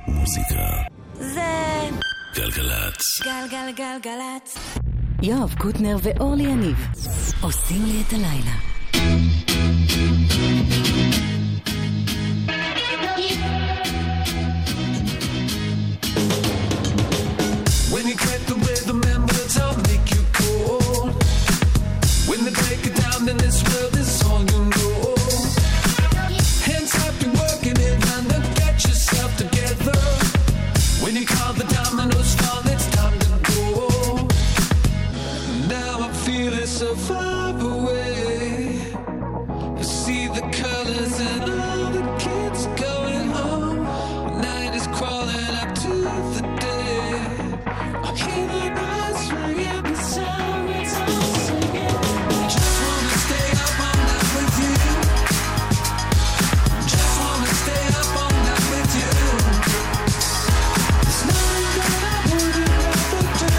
מוזיקה זה גלגלצ. גלגלגלגלצ. יואב קוטנר ואורלי יניב עושים לי את הלילה. When you get the rhythm and words I'll make you cold. When they break it down then this world is all you know. Hands up, you're working it and then get yourself together. When you call the dominoes fall, it's time to go. Now I feel it so far away. I see the colors and all the kids going home. Night is crawling up to the day. I hear the birds ringing, the sirens all singing. Just wanna stay up all night with you. Just wanna stay up all night with you. There's nothing that I wouldn't rather do.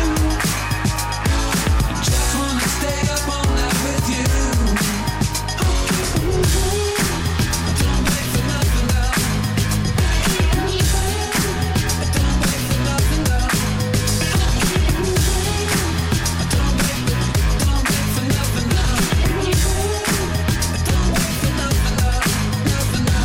Just wanna stay up all night with you. I'll keep moving. Don't wait for nothing now. Keep moving. Don't wait for nothing now. I'll keep moving. Don't wait for nothing now. Don't wait for nothing now. Nothing now.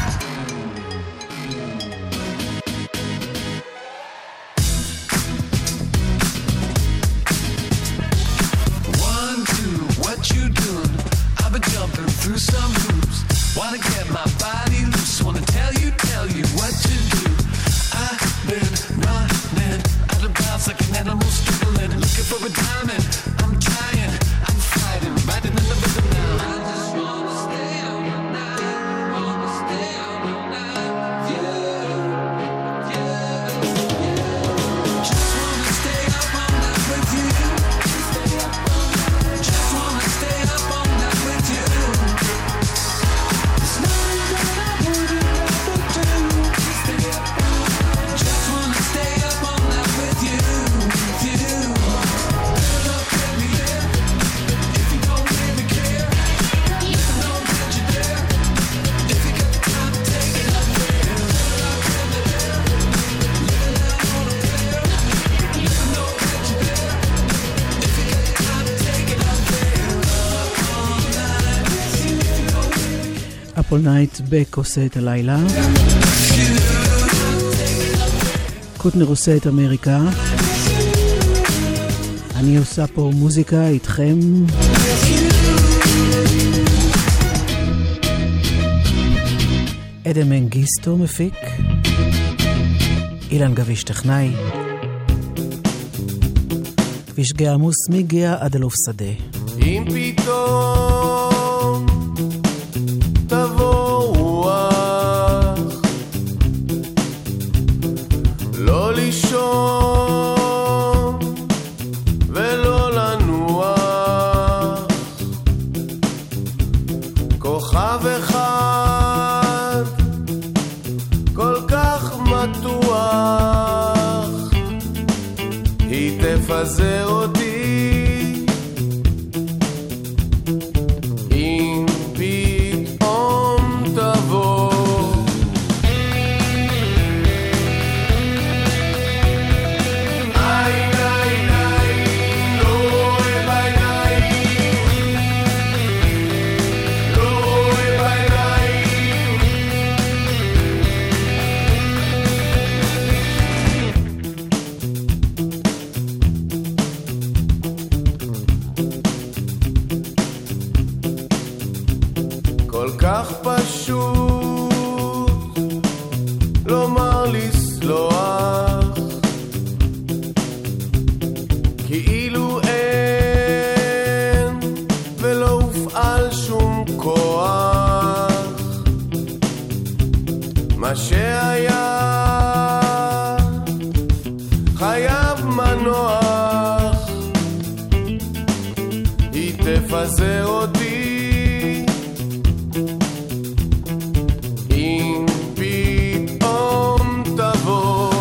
One, two, what you doing? I've been jumping through some hoops. Wanna get my body loose. Wanna tell you what to do. I've been running out of bounds like an animal struggling, looking for a diamond. I'm trying, I'm fighting, riding in the rhythm now. I just wanna stay out all night, wanna stay out all night, yeah, yeah, yeah. Just wanna stay up all night with you. Just wanna stay up all night with you. There's nothing that I wouldn't rather do. Just wanna stay up all night with you, with you. Look at me, yeah. If you don't really care, let me know that you're there. If you got the time, take it up there. Look at me, yeah. Living out on a prayer. Let me know that you're there. If you got the time, take it up there. Up all night with you. If you don't really אפל נייט בק עושה את הלילה, קוטנר עושה את אמריקה, אני עושה פה מוזיקה איתכם. אדם מנגיסטו מפיק, אילן גביש טכנאי, כביש גאה עמוס מגיע עד אלוף שדה. אם פתאום תבוא רוח, לא לישון ולא לנוח, כוכב אחד כל כך מתוח, היא תפזר אותי. אם פתאום תבוא עין עין עין, לא אוהב עיניים, לא אוהב עיניים. כל כך פשוט לומר לסלוח, כאילו אין ולא הופעל שום כוח, מה שהיה חייב מנוח, היא תפזר אותי. אם פתאום תבוא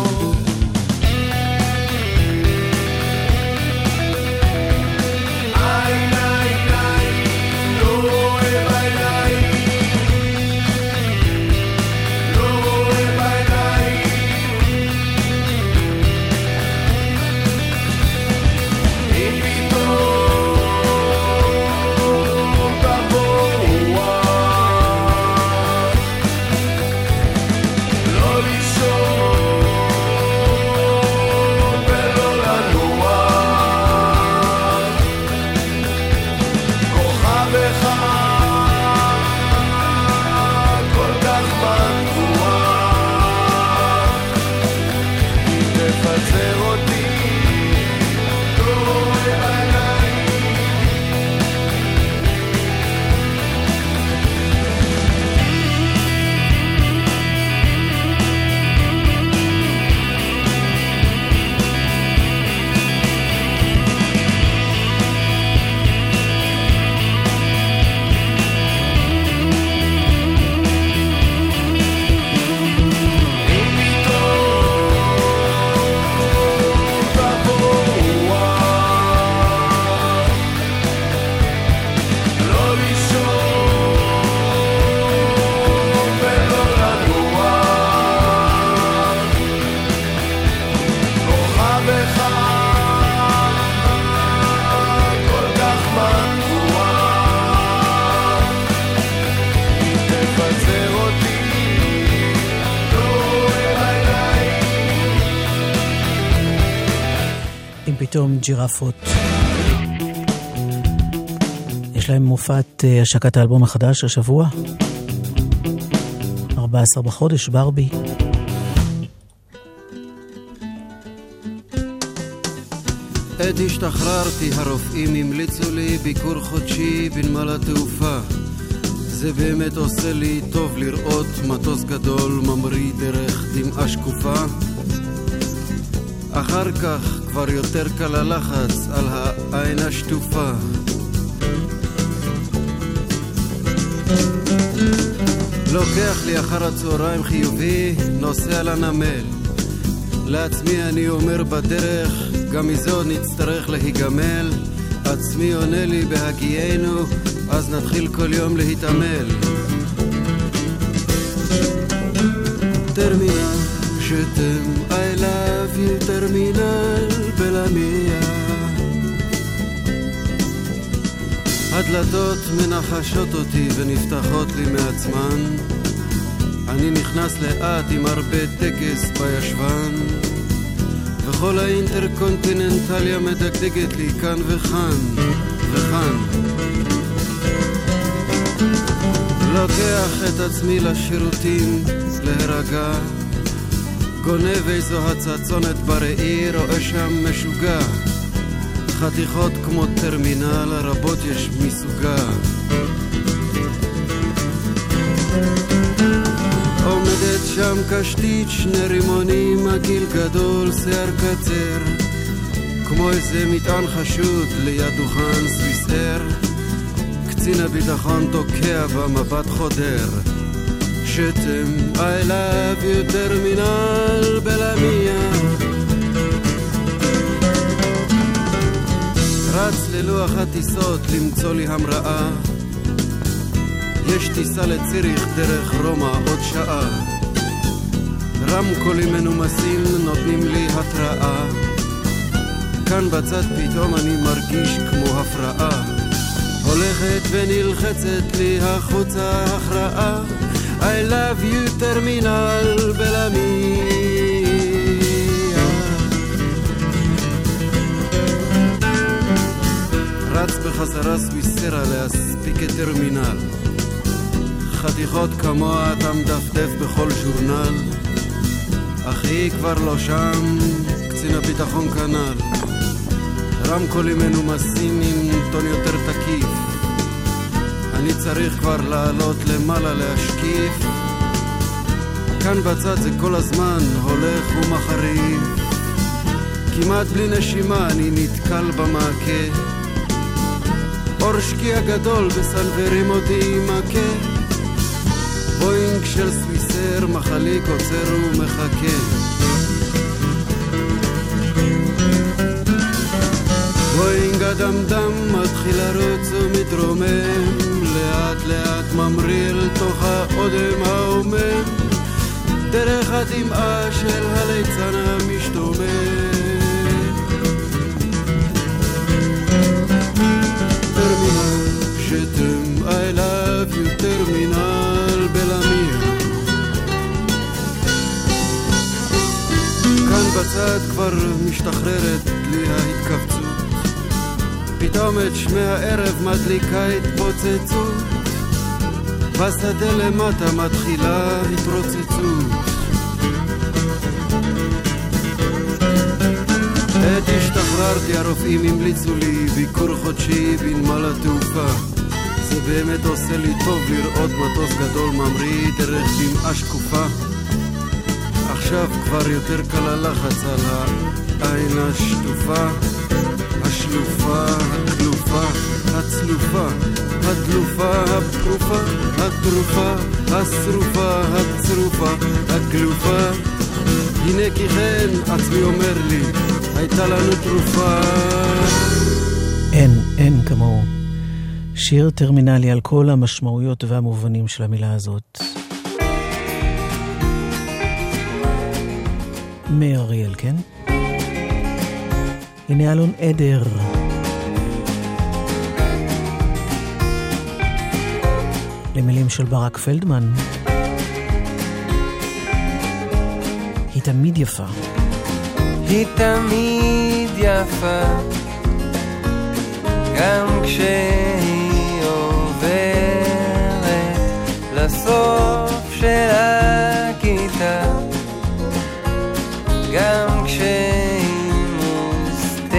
עין עין עין, לא אוהב עיניים, לא אוהב עיניים. פתאום ג'ירפות. יש להם מופעת השקת האלבום החדש השבוע, 14 בחודש, ברבי. עת השתחררתי הרופאים המליצו לי ביקור חודשי בנמל התעופה. זה באמת עושה לי טוב לראות מטוס גדול ממריא דרך דמעה שקופה. אחר כך כבר יותר קל הלחץ על העין השטופה. לוקח לי אחר הצהריים חיובי, נוסע לנמל. לעצמי אני אומר בדרך, גם מזו נצטרך להיגמל. עצמי עונה לי בהגיינו, אז נתחיל כל יום להתעמל. טרמינל שתם, I love you טרמינל בלמיה. הדלתות מנחשות אותי ונפתחות לי מעצמן. אני נכנס לאט עם הרבה טקס בישבן, וכל האינטרקונטיננטליה מדגדגת לי כאן וכאן וכאן. לוקח את עצמי לשירותים להירגע, גונב איזו הצצונת בראי, רואה שם משוגע. חתיכות כמו טרמינל, הרבות יש מסוגה. עומדת שם קשתית, שני רימונים, הגיל גדול, שיער קצר, כמו איזה מטען חשוד ליד דוכן סוויסר. קצין הביטחון תוקע במבט חודר, שתם I love you טרמינל בלמיה. רץ ללוח הטיסות למצוא לי המראה, יש טיסה לציריך דרך רומא עוד שעה. רמקולים מנומסים נותנים לי התראה, כאן בצד פתאום אני מרגיש כמו הפרעה. הולכת ונלחצת לי החוצה הכרעה, I love you טרמינל בלמיה. רץ בחזרה סוויסרה להספיק את טרמינל, חתיכות כמוה אתה מדפדף בכל ז'ורנל. אחי כבר לא שם, קצין הביטחון כנל. רמקולים מנומסים עם טון יותר תקיף, אני צריך כבר לעלות למעלה להשקיף. כאן בצד זה כל הזמן הולך ומחריף, כמעט בלי נשימה אני נתקל במעקה. אור שקיע גדול בסנברים אותי מכה, בוינג של סוויסר מחליק עוצר ומחכה. בוינג הדמדם מתחיל לרוץ ומתרומם, לאט לאט ממריא אל תוך האודם העומם, דרך הדמעה של הליצן המשתומם. טרמינל שתם I love you טרמינל בלמיה. כאן בצד כבר משתחררת לי ההתכווצות, פתאום את שמי הערב מדליקה התפוצצות, בשדה למטה מתחילה התרוצצות. עת השתחררתי הרופאים המליצו לי ביקור חודשי בנמל התעופה. זה באמת עושה לי טוב לראות מטוס גדול ממריא דרך דמעה שקופה. עכשיו כבר יותר קל הלחץ על העין השטופה, השלופה, הכלופה, הצלופה, הדלופה, הפרופה, התרופה, השרופה, הצרופה, הגלופה. הנה כי כן עצמי אומר לי, הייתה לנו תרופה. אין כמוהו. שיר טרמינלי על כל המשמעויות והמובנים של המילה הזאת. מאריאל, כן? הנה אלון עדר. למילים של ברק פלדמן. היא תמיד יפה. היא תמיד יפה גם כשהיא עוברת לסוף של הכיתה, גם כשהיא מוסתרת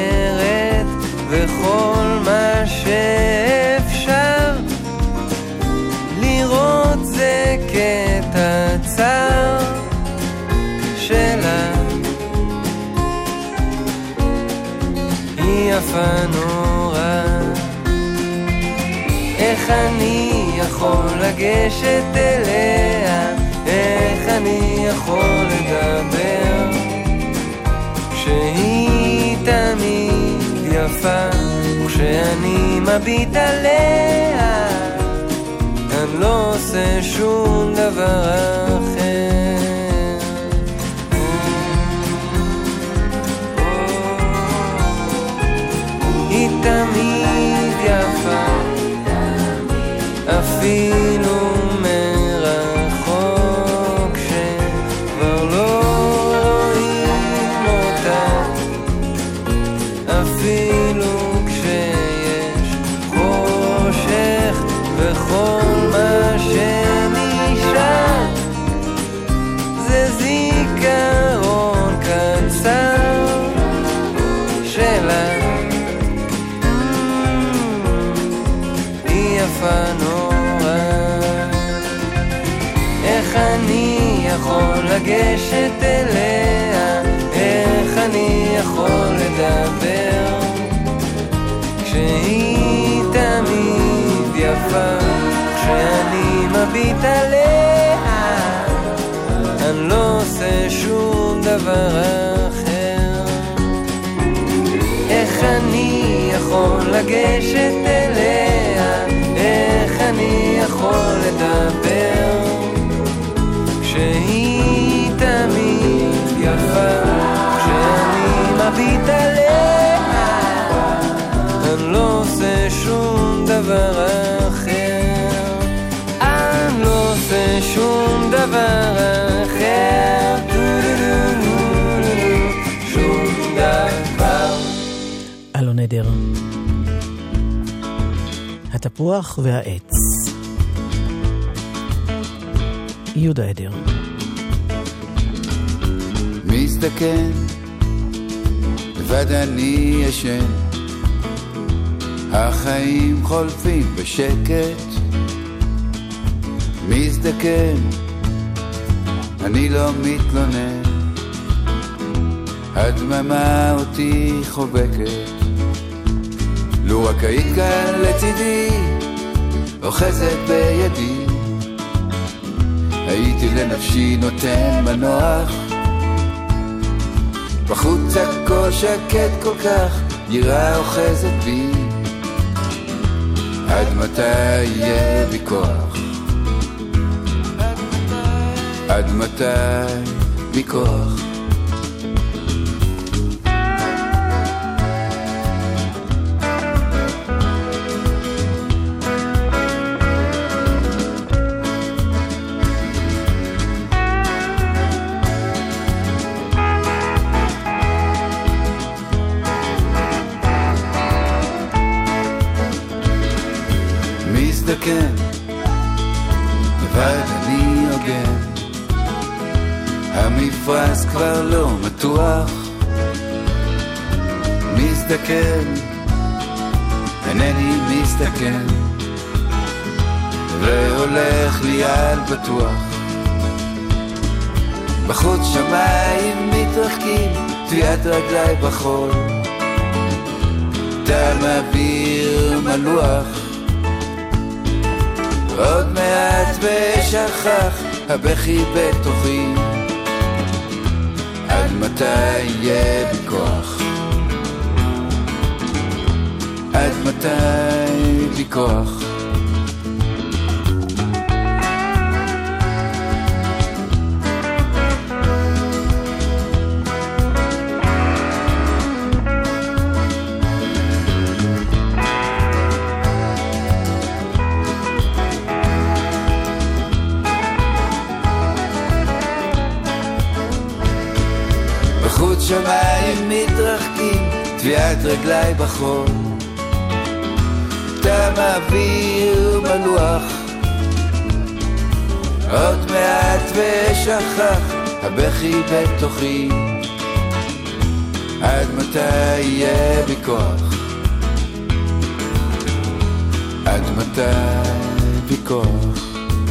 וכל מה שאפשר לראות זה קטע צר שלה. היא יפה נורא, איך אני יכול לגשת אליה, איך אני יכול לדבר כשהיא תמיד יפה, וכשאני מביט עליה אני לא עושה שום דבר אחר. היא תמיד יפה אפילו מרחוק שכבר לא רואים אותה, אפילו כשיש חושך וכל מה שנשאר זה זיכרון קצר שלה. היא יפה נורא, איך אני יכול לגשת אליה, איך אני יכול לדבר כשהיא תמיד יפה, כשאני מביט עליה אני לא עושה שום דבר אחר. איך אני יכול לגשת אליה, איך אני יכול לדבר כשהיא תמיד יפה, כשאני מביט עליה אני לא עושה שום דבר אחר, אני לא עושה שום דבר אחר, שום דבר. אלון עדר, התפוח והעץ. יהודה עדר. מזדקן לבד אני ישן, החיים חולפים בשקט. מזדקן אני לא מתלונן, הדממה אותי חובקת. לו רק היית כאן לצידי, אוחזת בידי, הייתי לנפשי נותן מנוח. בחוץ הכל שקט כל כך, יראה אוחזת בי, עד מתי יהיה בי כוח, עד מתי בי כוח. מזדקן לבד אני הוגן, המפרש כבר לא מתוח. מזדקן אינני מזדקן, והולך לי על בטוח. בחוץ שמיים מתרחקים, טביעת רגלי בחול, דם אוויר מלוח. עוד מעט ושכח הבכי בתוכי, עד מתי יהיה בי כוח, עד מתי בי כוח. השמיים מתרחקים, טביעת רגלי בחול, תם האוויר בלוח, עוד מעט ושכח הבכי בתוכי, עד מתי יהיה בי כוח, עד מתי בי כוח.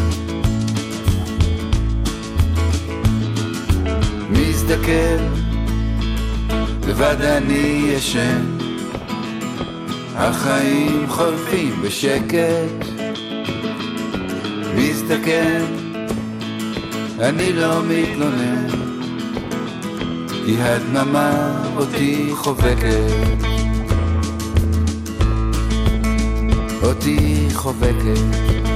מזדקן לבד אני ישן, החיים חולפים בשקט, מזדקן אני לא מתלונן, כי הדממה אותי חובקת, אותי חובקת,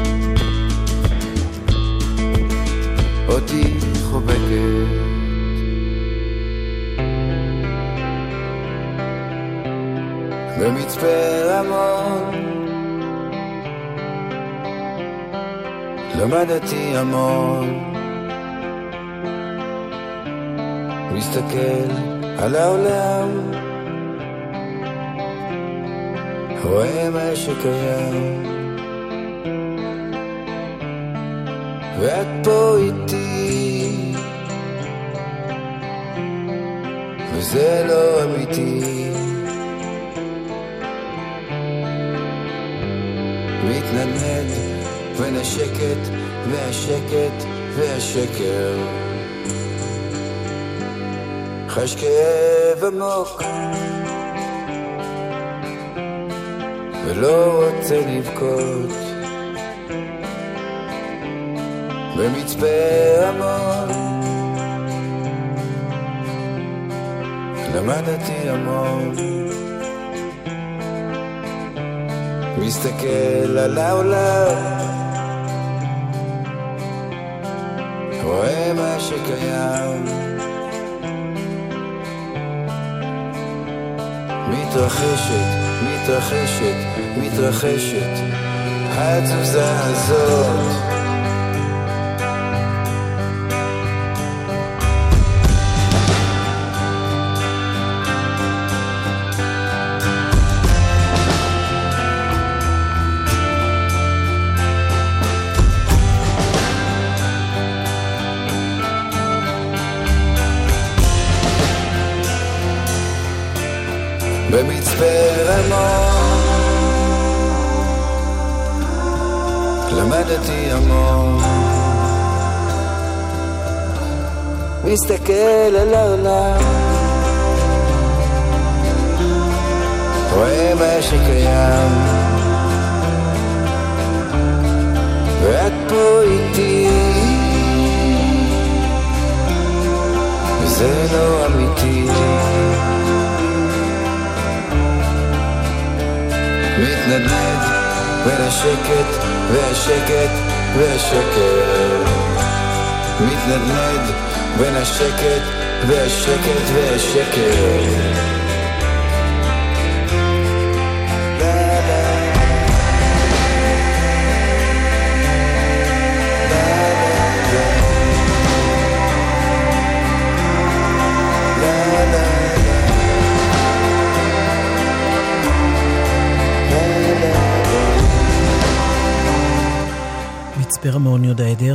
אותי חובקת. במצפה רמון למדתי המון, מסתכל על העולם, רואה מה שקיים, ואת פה איתי, וזה לא אמיתי, מתנדנד בין השקט והשקט והשקר, חש כאב עמוק ולא רוצה לבכות, במצפה רמון למדתי המון, מסתכל על העולם, רואה מה שקיים, מתרחשת, מתרחשת, מתרחשת התזוזה הזאת, במצפה רמון למדתי המון, מסתכל על העולם, רואה מה שקיים, ואת פה איתי, וזה לא אמיתי, מתנדנד בין השקט והשקט והשקט, מתנדנד בין השקט והשקט והשקט. מצפה רמון, יהודה עדר.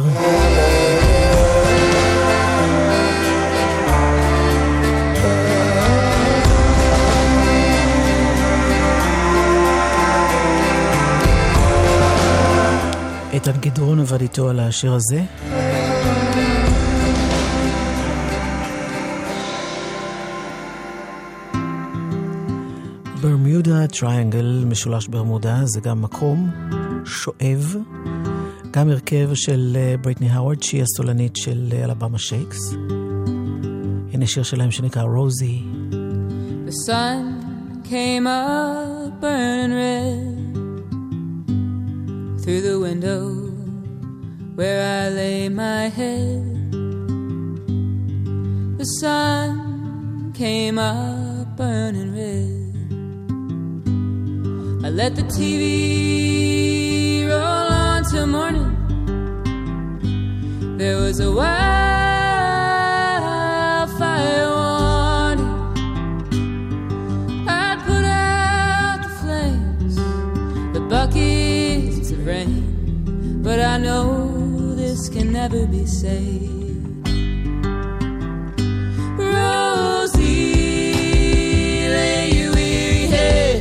איתן גדרון עבד איתו על השיר הזה. ברמיודה טריינגל, משולש ברמודה, זה גם מקום שואב, גם הרכב של בריטני האוורד, שהיא הסולנית של אלבמה שייקס. הנה שיר שלהם שנקרא רוזי. The sun came up burning red through the window where I lay my head. The sun came up burning red. I let the TV roll on till morning. There was a wildfire warning never be saved. Rosie, lay your weary head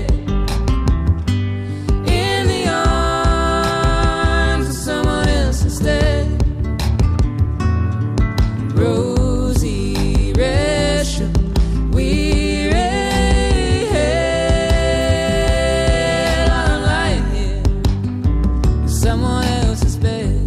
in the arms of someone else instead. Rosie, rest your weary head. I'm lying here in someone else's bed.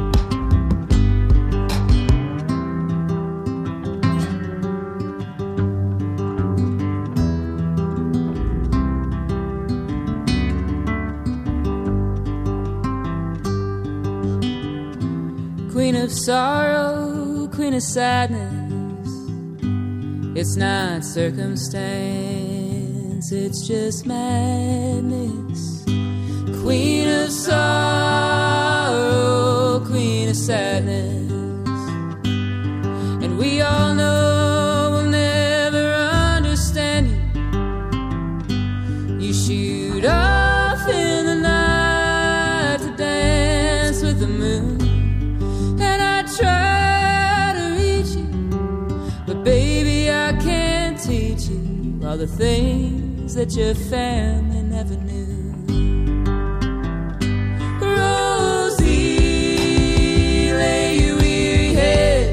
Queen of sorrow, queen of sadness. It's not circumstance, it's just madness. Queen of sorrow, queen of sadness. And we all know we'll never understand you. You shoot off in the night to dance with the moon. And I try to reach you, but baby, I can't teach you all the things that your family never knew. Rosie, lay your weary head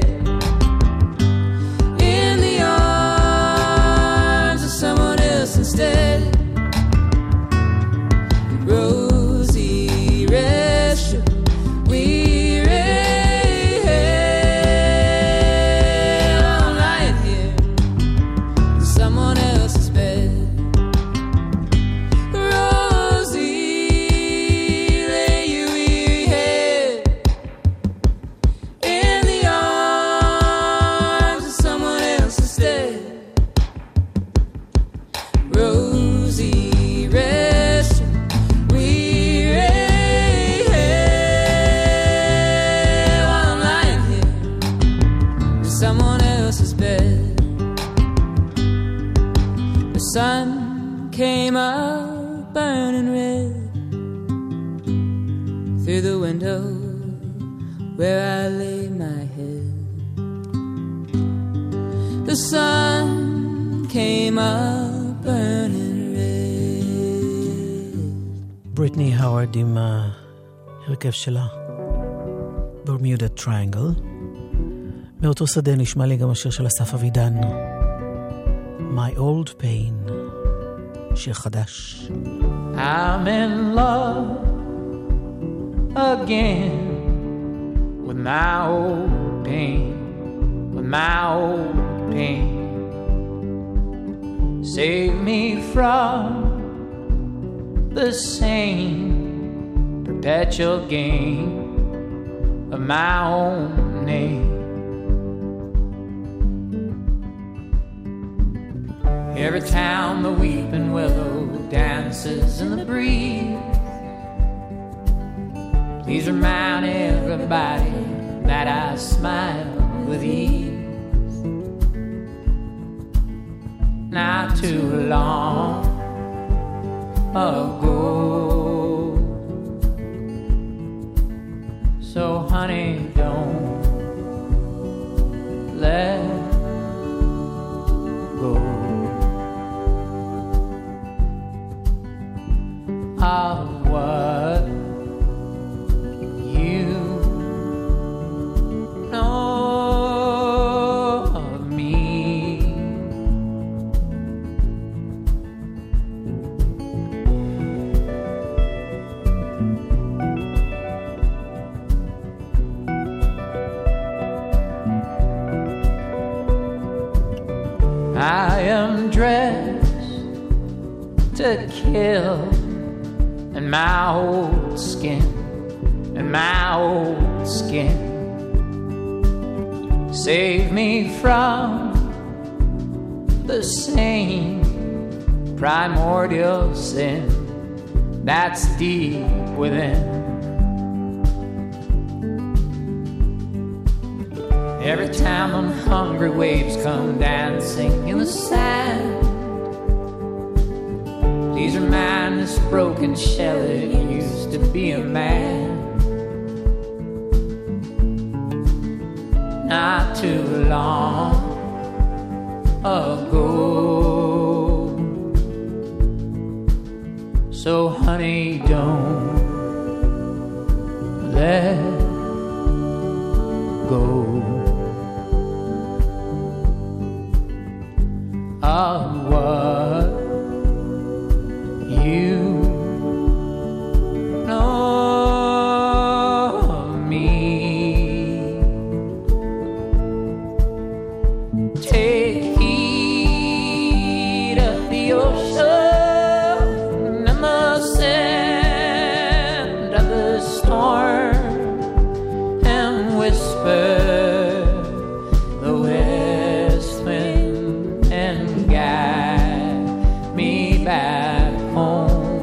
in the arms of someone else instead. Rosie, rest your weary head. I'm lying here in someone else's bed. Rosie, lay your weary head in the arms of someone else instead. Rosie, rest your weary head while I'm lying here in someone else's bed. The sun came up burning red through the window where I lay my head. The sun came up burning red. בריטני האוורד עם ההרכב שלה, ברמיודה טריינגל. מאותו שדה נשמע לי גם השיר של אסף אבידן, My Old Pain, שיר חדש. I'm in love again with my old pain, with my old pain. Save me from the same perpetual game of my own name. Every town the weeping willow dances in the breeze. Please remind everybody that I smile with ease. Not too long ago. So honey, don't let go of what you know of me. I am dressed to kill in my old skin, in my old skin. Save me from the same primordial sin that's deep within. Every time them hungry waves come dancing in the sand, please remind this broken shell it used to be a man. not too long ago. So honey, don't let go of what you know of me. Take heed of the ocean and the sand of the storm, and whisper the west wind and guide me back home.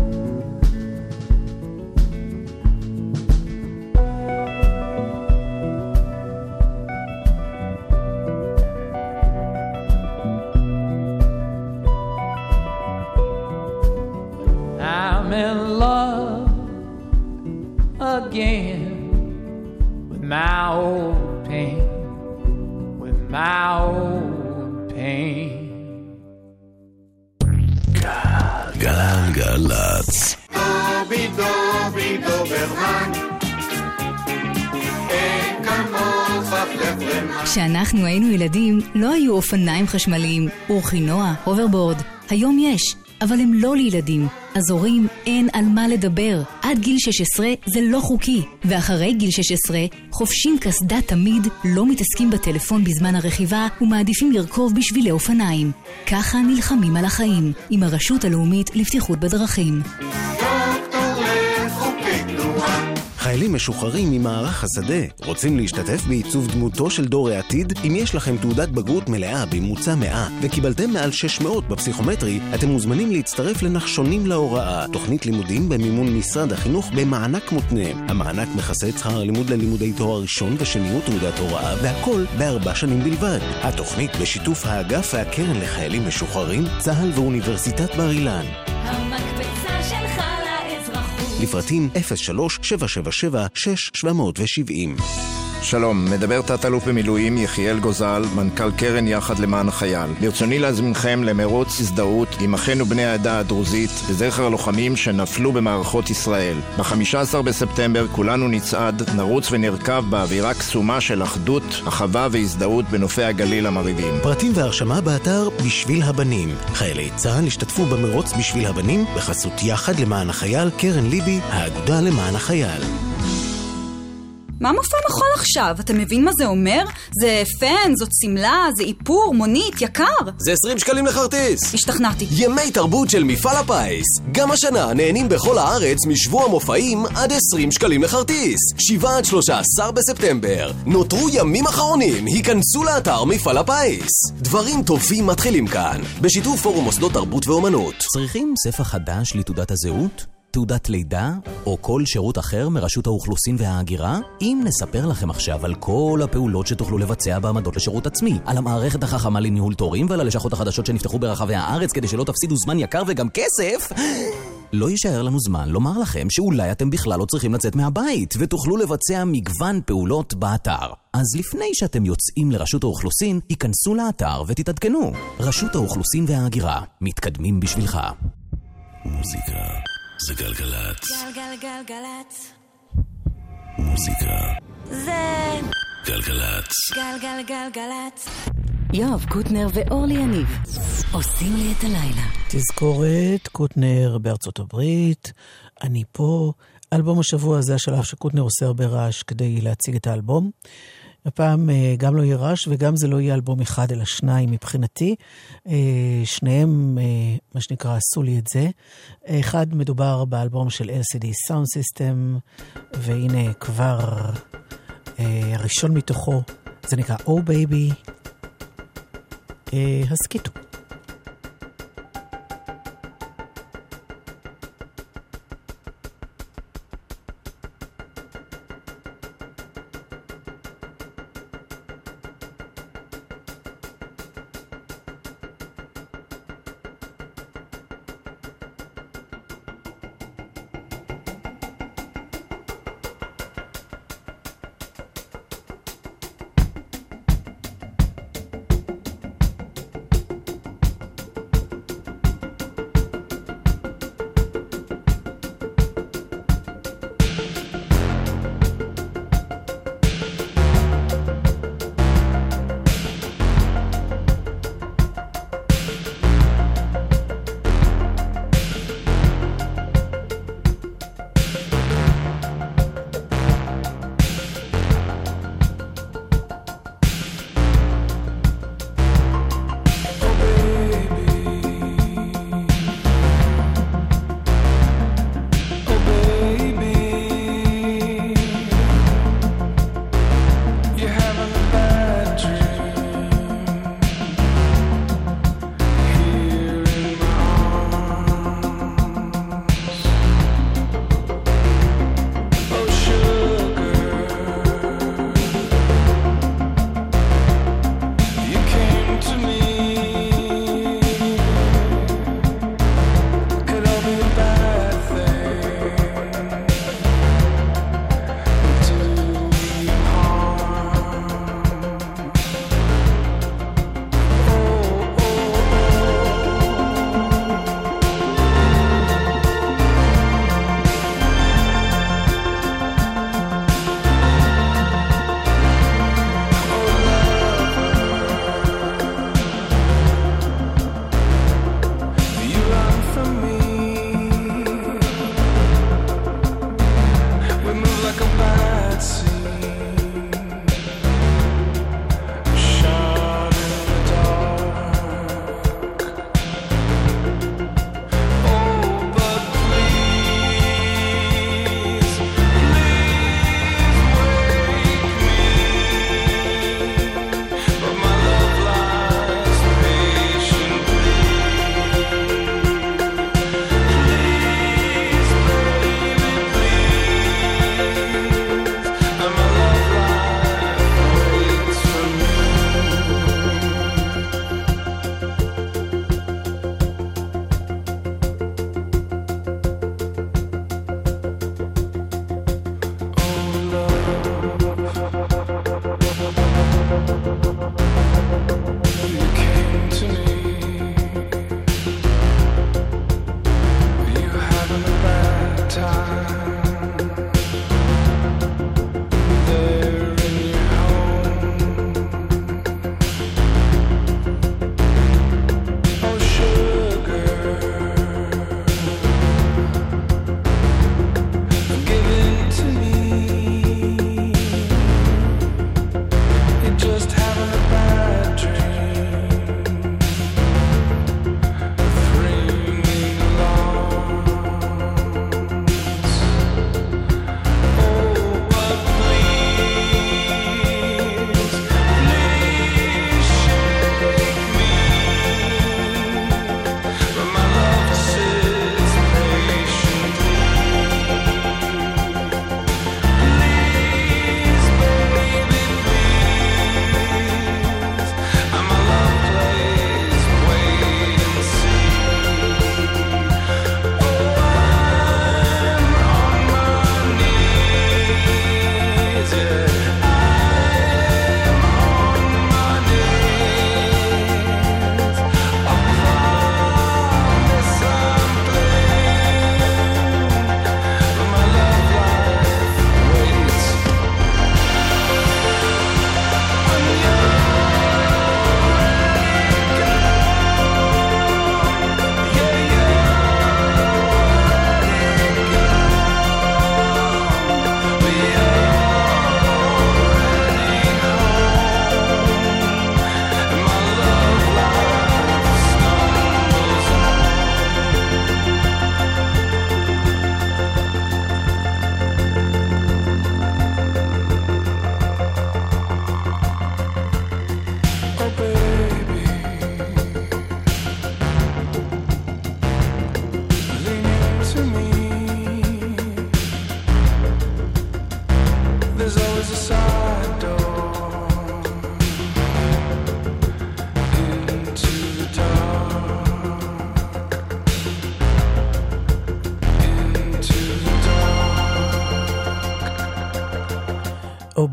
I'm in love again with my old pain, with my old pain. גלגלצ. דובי דובי דוברמן, אין כמוך פלפלמן. כשאנחנו היינו ילדים, לא היו אופניים חשמליים, אורכינוע, הוברבורד. היום יש, אבל הם לא לילדים. אז הורים, אין על מה לדבר. עד גיל 16 זה לא חוקי. ואחרי גיל 16, חופשים קסדה תמיד, לא מתעסקים בטלפון בזמן הרכיבה, ומעדיפים לרכוב בשבילי אופניים. ככה נלחמים על החיים, עם הרשות הלאומית לבטיחות בדרכים. דוקטור לחוקי תנועה. חיילים משוחררים ממערך השדה רוצים להשתתף בעיצוב דמותו של דור העתיד? אם יש לכם תעודת בגרות מלאה בממוצע 100 וקיבלתם מעל 600 בפסיכומטרי, אתם מוזמנים להצטרף לנחשונים להוראה, תוכנית לימודים במימון משרד החינוך במענק מותנה. המענק מכסה את שכר הלימוד ללימודי תואר ראשון ושני תעודת הוראה, והכל ב4 שנים בלבד. התוכנית בשיתוף האגף והקרן לחיילים משוחררים, צה"ל ואוניברסיטת בר אילן. המקפצה שלך לאזרחות. לפרטים 03-777-6770. שלום, מדבר תת-אלוף במילואים יחיאל גוזל, מנכ"ל קרן יחד למען החייל. ברצוני להזמינכם למרוץ הזדהות עם אחינו בני העדה הדרוזית לזכר הלוחמים שנפלו במערכות ישראל. ב-15 בספטמבר כולנו נצעד, נרוץ ונרכב באווירה קסומה של אחדות, אחווה והזדהות בנופי הגליל המרהיבים. פרטים והרשמה באתר בשביל הבנים. חיילי צה"ל השתתפו במרוץ בשביל הבנים בחסות יחד למען החייל, קרן ליבי, האגודה למען החייל. מה מופע מחול עכשיו? אתה מבין מה זה אומר? זה פן, זאת סמלה, זה איפור, מונית, יקר. זה 20 שקלים לחרטיס. השתכנעתי. ימי תרבות של מפעל הפיס. גם השנה נהנים בכל הארץ משבוע מופעים עד 20 שקלים לחרטיס. 7 עד 13 בספטמבר. נותרו ימים אחרונים, היכנסו לאתר מפעל הפיס. דברים טובים מתחילים כאן, בשיתוף פורום מוסדות תרבות ואומנות. צריכים ספר חדש לתעודת הזהות? תעודת לידה, או כל שירות אחר מרשות האוכלוסין וההגירה? אם נספר לכם עכשיו על כל הפעולות שתוכלו לבצע בעמדות לשירות עצמי, על המערכת החכמה לניהול תורים ועל הלשכות החדשות שנפתחו ברחבי הארץ כדי שלא תפסידו זמן יקר וגם כסף, לא יישאר לנו זמן לומר לכם שאולי אתם בכלל לא צריכים לצאת מהבית ותוכלו לבצע מגוון פעולות באתר. אז לפני שאתם יוצאים לרשות האוכלוסין, היכנסו לאתר ותתעדכנו. רשות האוכלוסין וההגירה, מתקדמים בשבילך. מוזיקה זה גלגלצ. גלגלגלגלצ. מוזיקה זה גלגלצ. גלגלגלגלצ. יואב קוטנר ואורלי יניב עושים לי את הלילה. תזכורת, קוטנר בארצות הברית, אני פה. אלבום השבוע זה השלב שקוטנר עושה הרבה רעש כדי להציג את האלבום. הפעם גם לא יהיה רעש וגם זה לא יהיה אלבום אחד אלא שניים מבחינתי. שניהם מה שנקרא עשו לי את זה. אחד מדובר באלבום של LCD Sound System, והנה כבר הראשון מתוכו, זה נקרא Oh Baby. הסקיטו.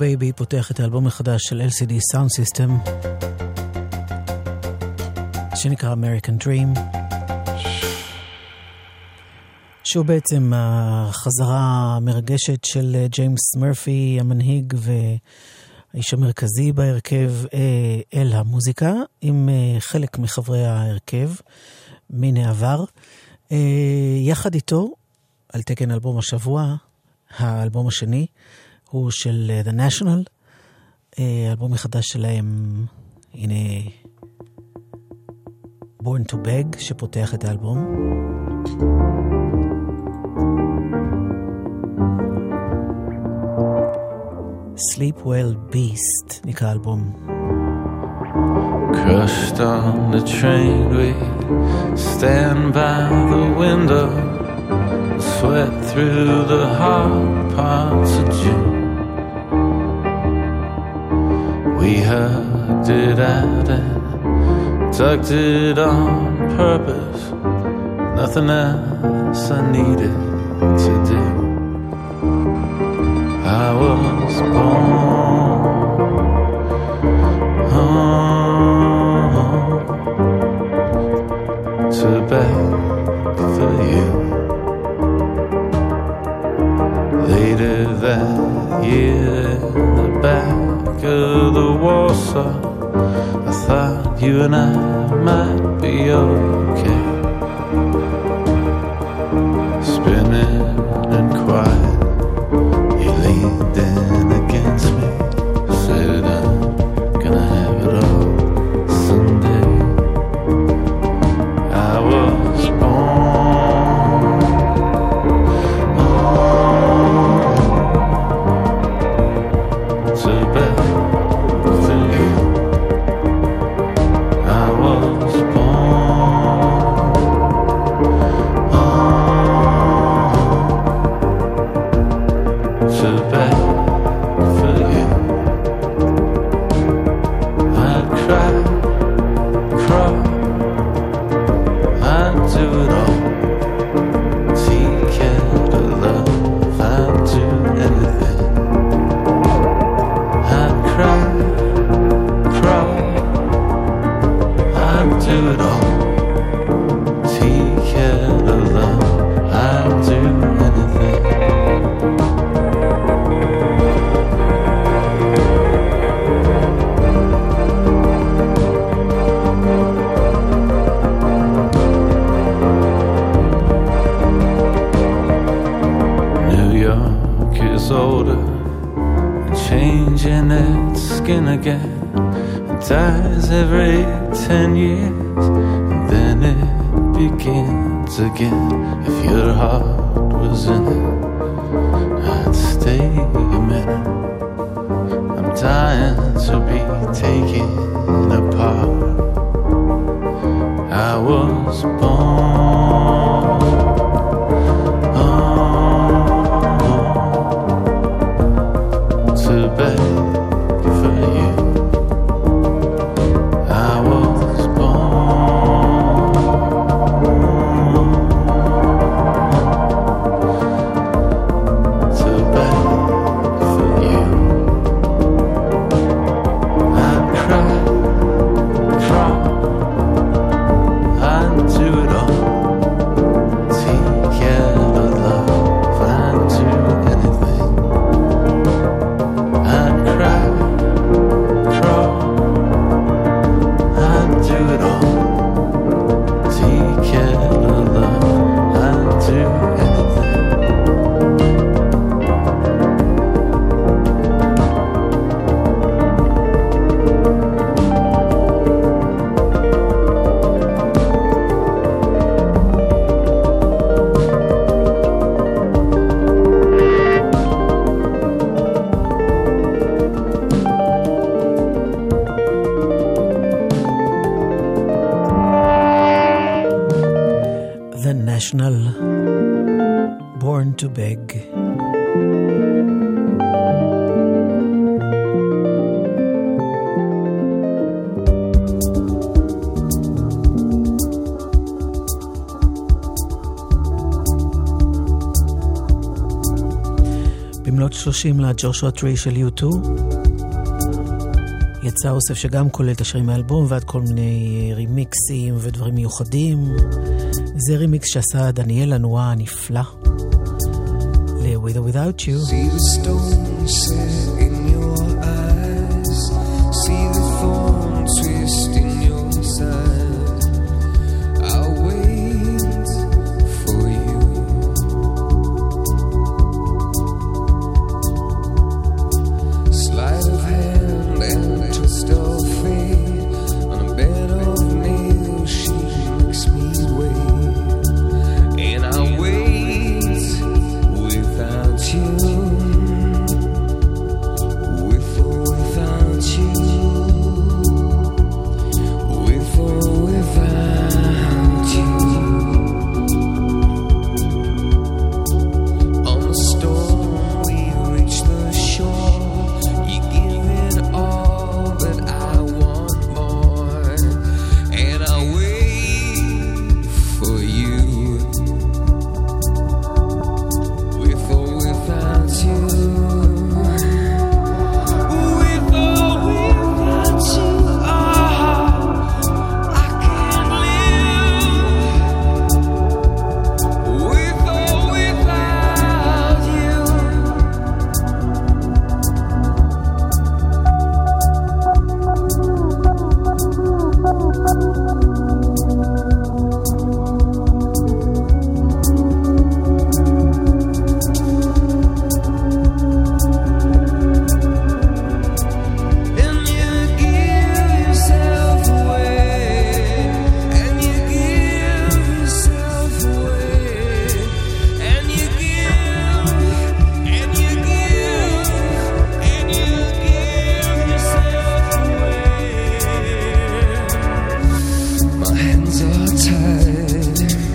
Baby פותח את האלבום החדש של LCD Sound System שנקרא American Dream, שהוא בעצם החזרה המרגשת של ג'יימס מרפי, המנהיג והאיש המרכזי בהרכב, אל המוזיקה, עם חלק מחברי ההרכב מן העבר. יחד איתו, על תקן אלבום השבוע, האלבום השני הוא של The National, אלבום מחדש שלהם, הנה Born to Beg שפותח את האלבום. Sleep Well Beast נקרא האלבום. Crushed on the train, we stand by the window, sweat through the hard parts of June. We hugged it out and tucked it on purpose, nothing else I needed to do. I was born to beg for you. Later that year, in the back of the Warsaw, I thought you and I might be okay. Spinning and quiet, you leaned in against me, said I'm gonna have it all someday. I was born to beg for you. I was born to beg for you. I'd cry, crawl, I'd do it all. Take care of love, I'd do anything. I'd cry, crawl, I'd do it all. Take care of love, I'd do anything. New York is older, changing its skin again. It dies every 10 years, and then it begins again. If your heart was in it, I'd stay a minute. I'm dying to be taken apart. I was born to beg for you. I was born to beg for you. I'd cry, crawl, I'd do it all. Take care of love, I'd do anything. I'd cry, crawl, I'd do it all. Take care of love, I'd do anything. The National, Born to Beg. במלאת 30 לג'ושוע טרי של U2. יצא אוסף שגם כולל את השירים מהאלבום ועד כל מיני רימיקסים ודברים מיוחדים. זה רימיקס שעשה דניאל לנועה הנפלא ל-With or Without You. See the stone set in your eyes, see the thorn twist in your side. I'll wait for you. Sleight of hand and twist of fate, on a bed of nails she makes me wait, and I'll wait without you. With or without you. With or without you. On the storm we reach the shore. You give it all, but I want more, and I'll wait for you. With or without you. With or without you. I can't live. With or without you. And you give yourself away, and you give yourself away, and you give, and you give, and you give yourself away. My hands are tied,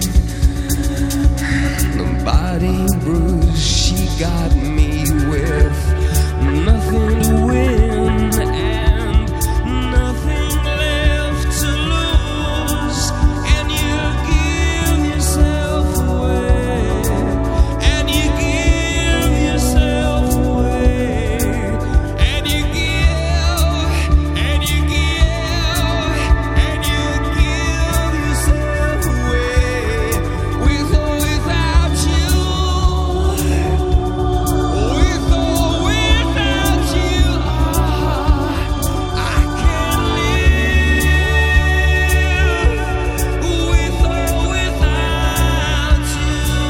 the body bruise she got me with, nothing to win and nothing left to lose, and you give yourself away, and you give yourself away, and you give, and you give, and you give yourself away. With or without you. With or without you. I can't live. With or without you.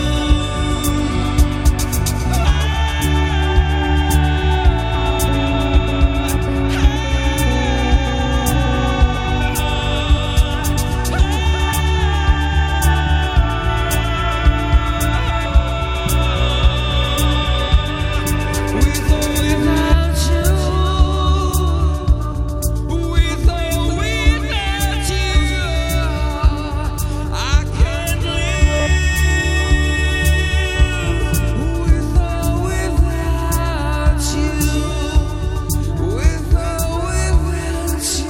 With or without you. With or without you. I can't live. With or without you. With or without you.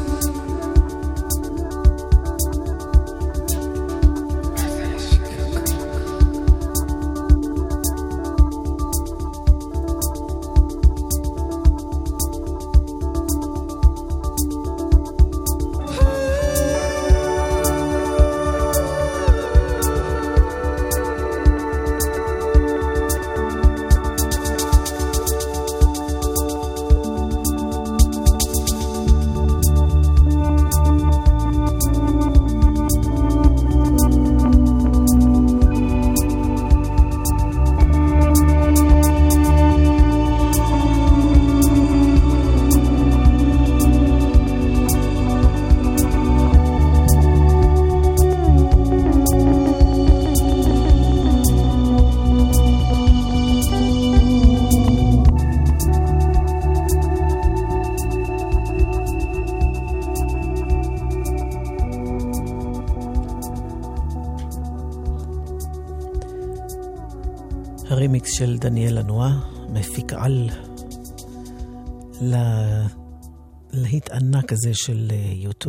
הרימיקס של דניאל לנועה, מפיק על להיט ענק הזה של U2.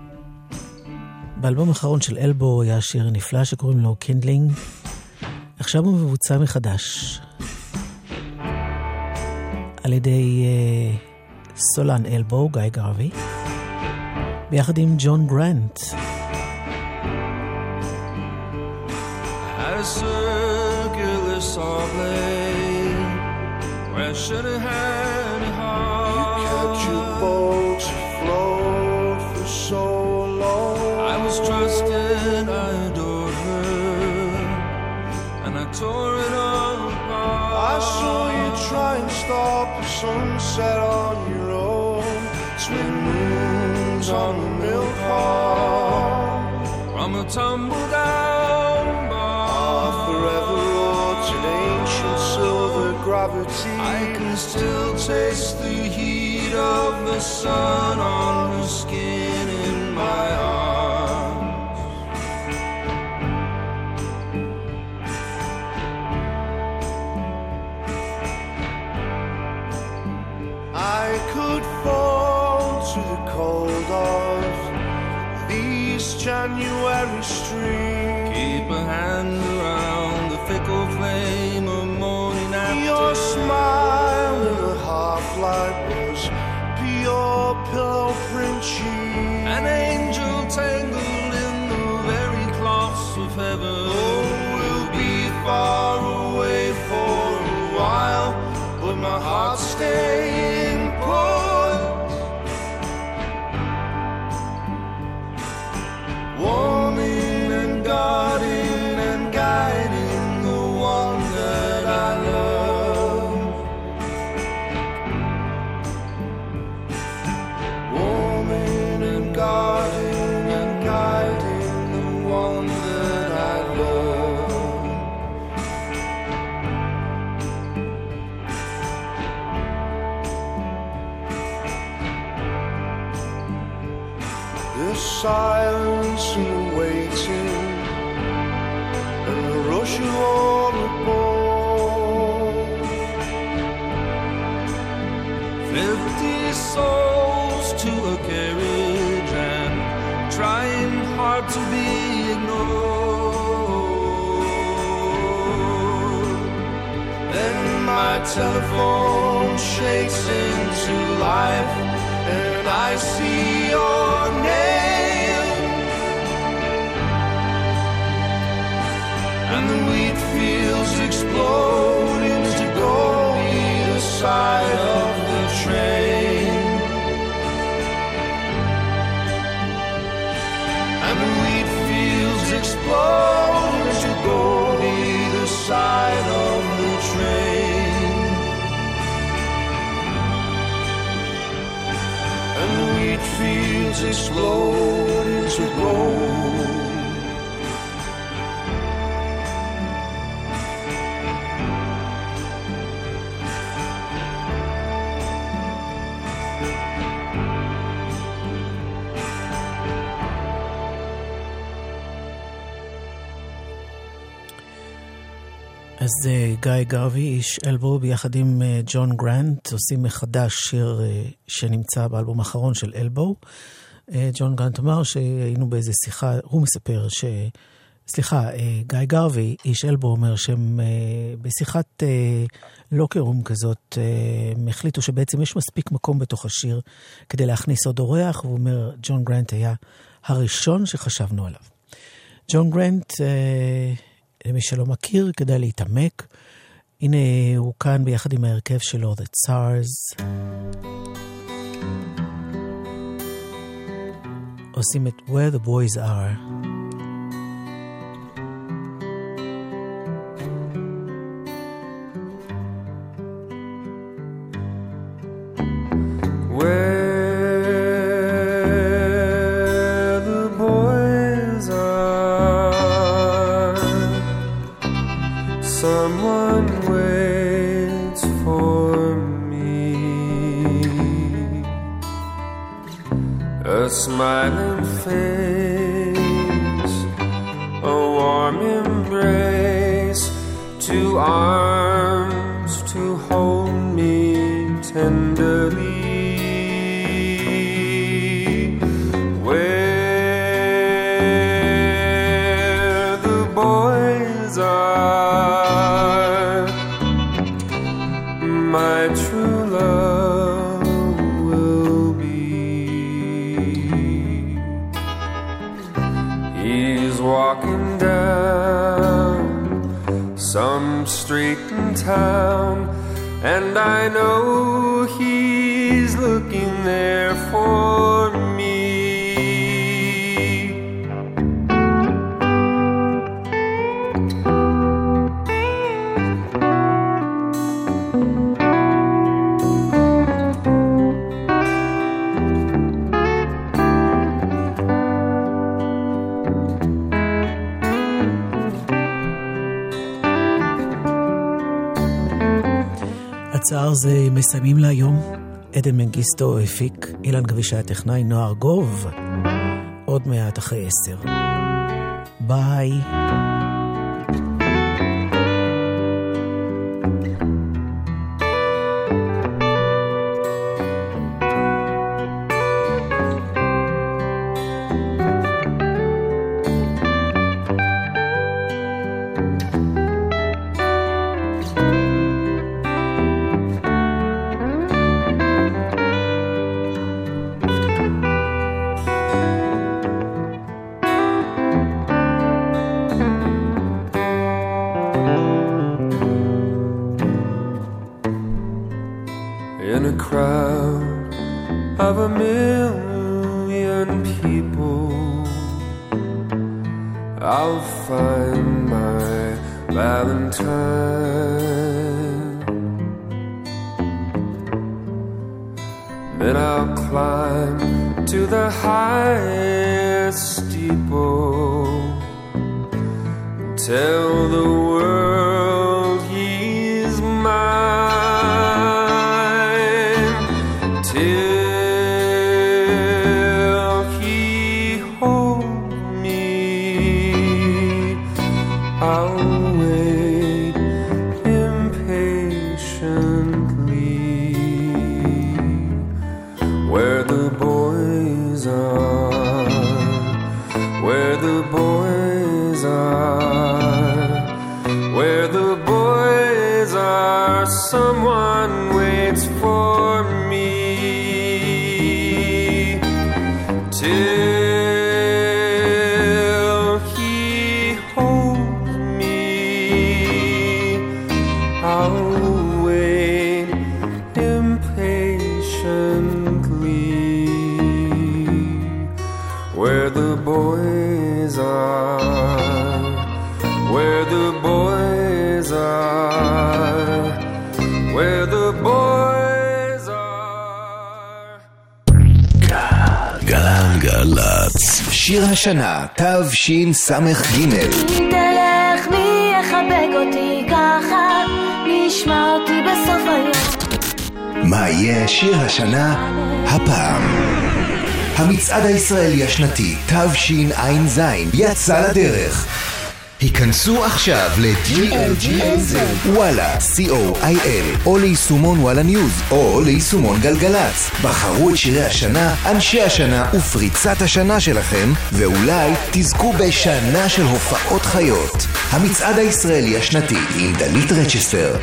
באלבום האחרון של אלבו היה שיר נפלא שקוראים לו קינדלינג. איך עכשיו הוא מבוצע מחדש על ידי סולן אלבו, גיא גרווי, ביחד עם ג'ון גרנט. A circular saw blade where I should have had a heart. You kept your boats afloat for so long. I was trusted, I adored her, and I tore it all apart. I saw you try and stop a sunset on your own. Twin moons on the milk pond. From a tumble down bar, forever wrought in ancient silver gravity. I can still taste the heat of the sun on her skin in my arms. I could fall to the cold of these January streams. Keep a hand around the fickle flame of morning after. Your smile in a half light was pure pillow print cheese. An angel tangled in the very cloths of heaven. Oh, we'll be far away for a while, but my heart's staying put. Warming and guarding and guiding the one that I love. Warming and guarding and guiding the one that I love. The silence and the waiting and the rush of all aboard. 50 souls to a carriage and trying hard to be ignored. Then my telephone shakes into life and I see your name, and the wheat fields explode into gold either side of the train, and the wheat fields explode into gold either side of the train, and the wheat fields explode into gold. אז גיא גרווי, איש אלבו, ביחד עם ג'ון גרנט, עושים מחדש שיר שנמצא באלבום האחרון של אלבו. ג'ון גרנט אמר שהיינו באיזה שיחה, הוא מספר גיא גרווי, איש אלבו, אומר שהם בשיחת לוקרום כזאת, הם החליטו שבעצם יש מספיק מקום בתוך השיר כדי להכניס עוד אורח, והוא אומר, ג'ון גרנט היה הראשון שחשבנו עליו. ג'ון גרנט, למי שלא מכיר, כדאי להתעמק. הנה הוא כאן ביחד עם ההרכב שלו, The Tsars. עושים את Where the Boys Are. Smiling face, a warm embrace, 2 arms to hold me tenderly. Where the boys are, street in town, and I know he's looking there for me. הצער זה מסיימים להיום. עדן מנגיסטו הפיק, אילן גבישה הטכנאי, נועה ארגוב. עוד מעט אחרי 10. ביי. In a crowd of 1,000,000 people, I'll find my Valentine. Then I'll climb to the highest steeple, tell the world he's mine, till he holds me. I'll wait impatiently where the boys are, where the boys are, where the boys are. Someone waits for me till he holds me. I'll wait impatiently where the boys are, where the boys are, where the boys are. גלגלצ. שיר השנה, תשס"ג. מי תלך, מי יחבק אותי ככה, מי ישמע אותי בסוף היום. מה יהיה שיר השנה הפעם? המצעד הישראלי השנתי תשע"ז יצא לדרך. היכנסו עכשיו ל-GLGLZ וואלה, COIL, או ליישומון וואלה ניוז, או ליישומון גלגלץ. בחרו את שירי השנה, אנשי השנה ופריצת השנה שלכם, ואולי תזכו בשנה של הופעות חיות. המצעד הישראלי השנתי עם דלית רצ'סטר.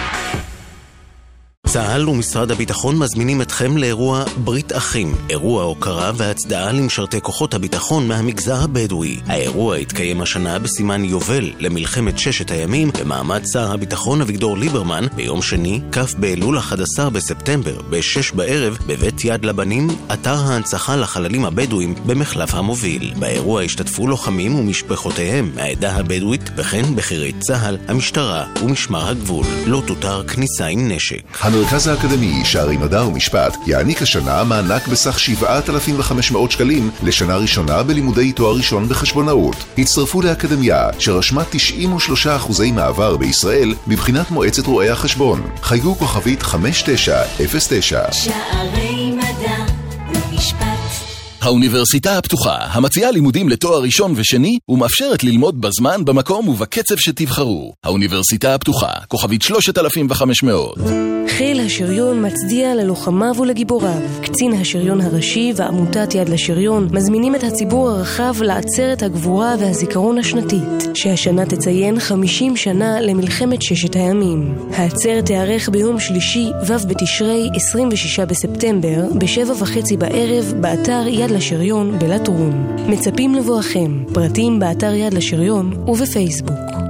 צה"ל ומשרד הביטחון מזמינים אתכם לאירוע ברית אחים, אירוע הוקרה והצדעה למשרתי כוחות הביטחון מהמגזר הבדואי. האירוע יתקיים השנה בסימן יובל למלחמת ששת הימים במעמד שר הביטחון אביגדור ליברמן ביום שני, כ' באלול 11 בספטמבר ב-6 בערב בבית יד לבנים, אתר ההנצחה לחללים הבדואים במחלף המוביל. באירוע השתתפו לוחמים ומשפחותיהם מהעדה הבדואית וכן בכירי צה"ל, המשטרה ומשמר הגבול. לא תותר כניסה עם נשק. המרכז האקדמי שערי מדע ומשפט יעניק השנה מענק בסך 7,500 שקלים לשנה ראשונה בלימודי תואר ראשון בחשבונאות. הצטרפו לאקדמיה שרשמה 93% מעבר בישראל בבחינת מועצת רואי החשבון. חייגו כוכבית 5909. שערי מדע ומשפט. האוניברסיטה הפתוחה, המציעה לימודים לתואר ראשון ושני, ומאפשרת ללמוד בזמן, במקום ובקצב שתבחרו. האוניברסיטה הפתוחה, כוכבית 3500. חיל השריון מצדיע ללוחמיו ולגיבוריו. קצין השריון הראשי ועמותת יד לשריון מזמינים את הציבור הרחב לעצרת הגבורה והזיכרון השנתית, שהשנה תציין 50 שנה למלחמת ששת הימים. העצרת תארך ביום שלישי, ו' בתשרי, 26 בספטמבר, ב-7:30 בערב, באתר יד לשריון בלטרון. מצפים לבואכם. פרטים באתר יד לשריון ובפייסבוק.